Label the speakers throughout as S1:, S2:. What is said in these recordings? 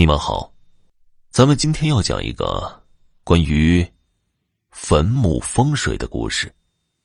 S1: 你们好，咱们今天要讲一个关于坟墓风水的故事。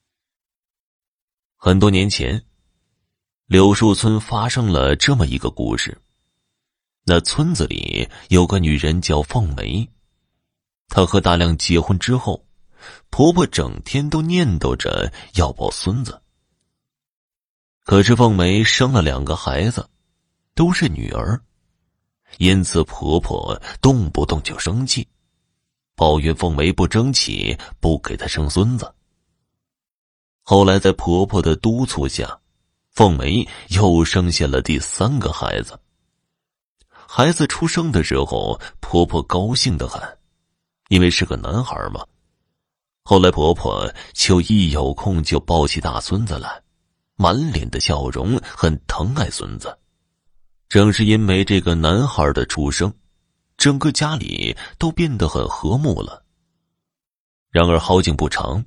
S1: 很多年前，柳树村发生了这么一个故事。那村子里有个女人叫凤梅，她和大亮结婚之后，婆婆整天都念叨着要抱孙子。可是凤梅生了2个孩子，都是女儿，因此婆婆动不动就生气，抱怨凤梅不争气，不给她生孙子。后来在婆婆的督促下，凤梅又生下了第3个孩子。孩子出生的时候，婆婆高兴地很，因为是个男孩嘛。后来婆婆就一有空就抱起大孙子来，满脸的笑容，很疼爱孙子。正是因为这个男孩的出生，整个家里都变得很和睦了。然而好景不长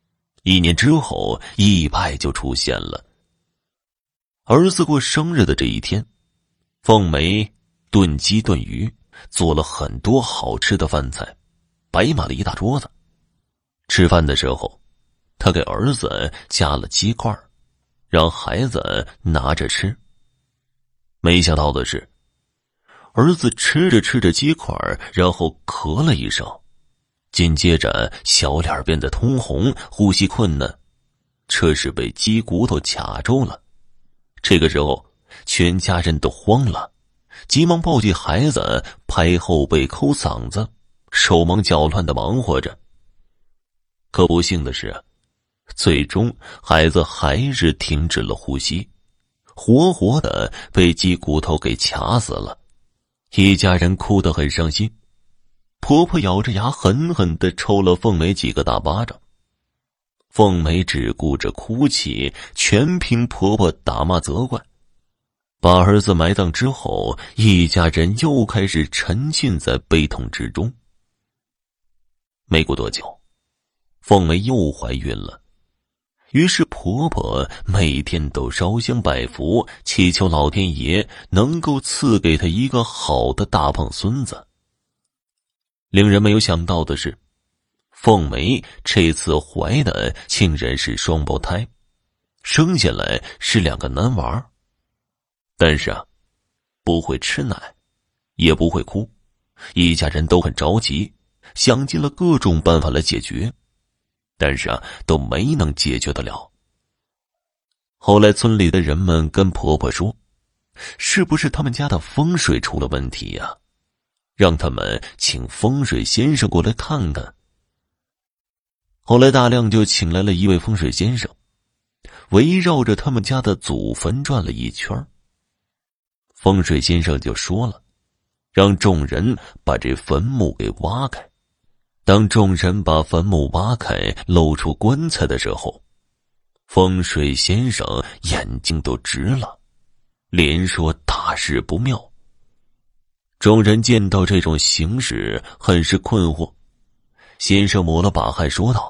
S1: ，1年之后，意外就出现了。儿子过生日的这一天，凤梅炖鸡炖鱼，做了很多好吃的饭菜，摆满了一大桌子。吃饭的时候，她给儿子夹了鸡块，让孩子拿着吃。没想到的是，儿子吃着吃着鸡块，然后咳了一声，紧接着小脸变得通红，呼吸困难，这是被鸡骨头卡住了。这个时候，全家人都慌了，急忙抱起孩子，拍后背抠嗓子，手忙脚乱地忙活着。可不幸的是，最终孩子还是停止了呼吸，活活的被鸡骨头给卡死了。一家人哭得很伤心，婆婆咬着牙狠狠地抽了凤梅几个大巴掌。凤梅只顾着哭泣，全凭婆婆打骂责怪。把儿子埋葬之后，一家人又开始沉浸在悲痛之中。没过多久，凤梅又怀孕了，于是婆婆每天都烧香拜佛，祈求老天爷能够赐给她一个好的大胖孙子。令人没有想到的是，凤梅这次怀的竟然是双胞胎，生下来是2个男娃。但是不会吃奶，也不会哭，一家人都很着急，想尽了各种办法来解决，但是都没能解决得了。后来村里的人们跟婆婆说，是不是他们家的风水出了问题呀？让他们请风水先生过来看看。后来大亮就请来了一位风水先生，围绕着他们家的祖坟转了一圈。风水先生就说了，让众人把这坟墓给挖开。当众人把坟墓挖开，露出棺材的时候，风水先生眼睛都直了，连说大事不妙。众人见到这种形势，很是困惑。先生抹了把汗说道，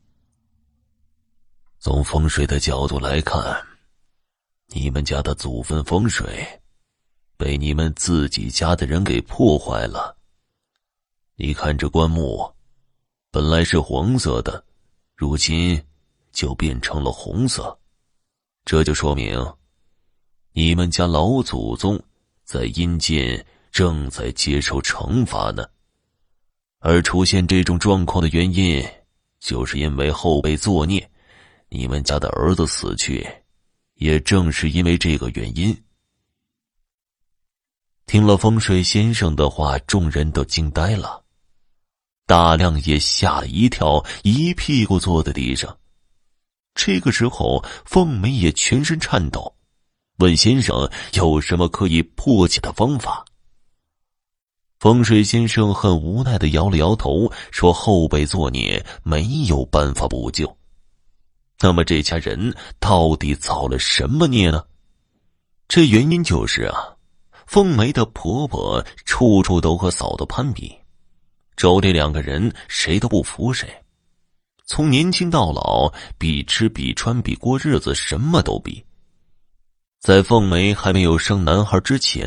S1: 从风水的角度来看，你们家的祖坟风水被你们自己家的人给破坏了。你看这棺木本来是黄色的，如今就变成了红色，这就说明你们家老祖宗在阴间正在接受惩罚呢。而出现这种状况的原因，就是因为后辈作孽，你们家的儿子死去，也正是因为这个原因。听了风水先生的话，众人都惊呆了。大亮也吓了一跳，一屁股坐在地上。这个时候，凤梅也全身颤抖，问先生有什么可以破解的方法。风水先生很无奈地摇了摇头，说后辈作孽，没有办法补救。那么这家人到底造了什么孽呢？这原因就是凤梅的婆婆处处都和嫂子攀比，妯娌2个人谁都不服谁，从年轻到老，比吃比穿比过日子，什么都比。在凤梅还没有生男孩之前，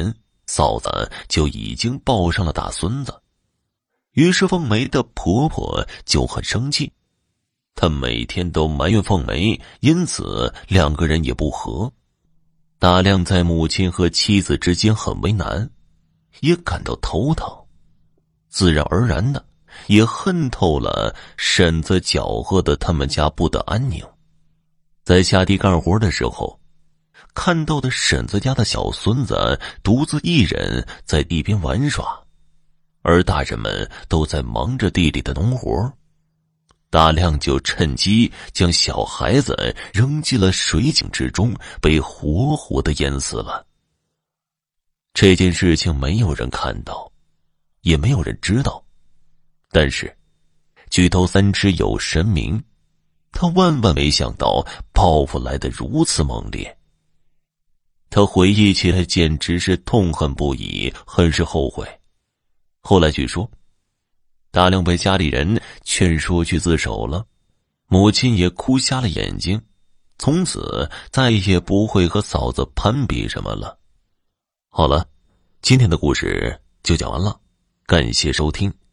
S1: 嫂子就已经抱上了大孙子。于是凤梅的婆婆就很生气，她每天都埋怨凤梅，因此两个人也不和。大亮在母亲和妻子之间很为难，也感到头疼，自然而然的也恨透了婶子搅和的他们家不得安宁。在下地干活的时候，看到的婶子家的小孙子独自一人在地边玩耍，而大人们都在忙着地里的农活。大亮就趁机将小孩子扔进了水井之中，被活活的淹死了。这件事情没有人看到，也没有人知道，但是举头三尺有神明，他万万没想到报复来得如此猛烈。他回忆起来简直是痛恨不已，很是后悔。后来据说大亮被家里人劝说去自首了，母亲也哭瞎了眼睛，从此再也不会和嫂子攀比什么了。好了，今天的故事就讲完了，感谢收听。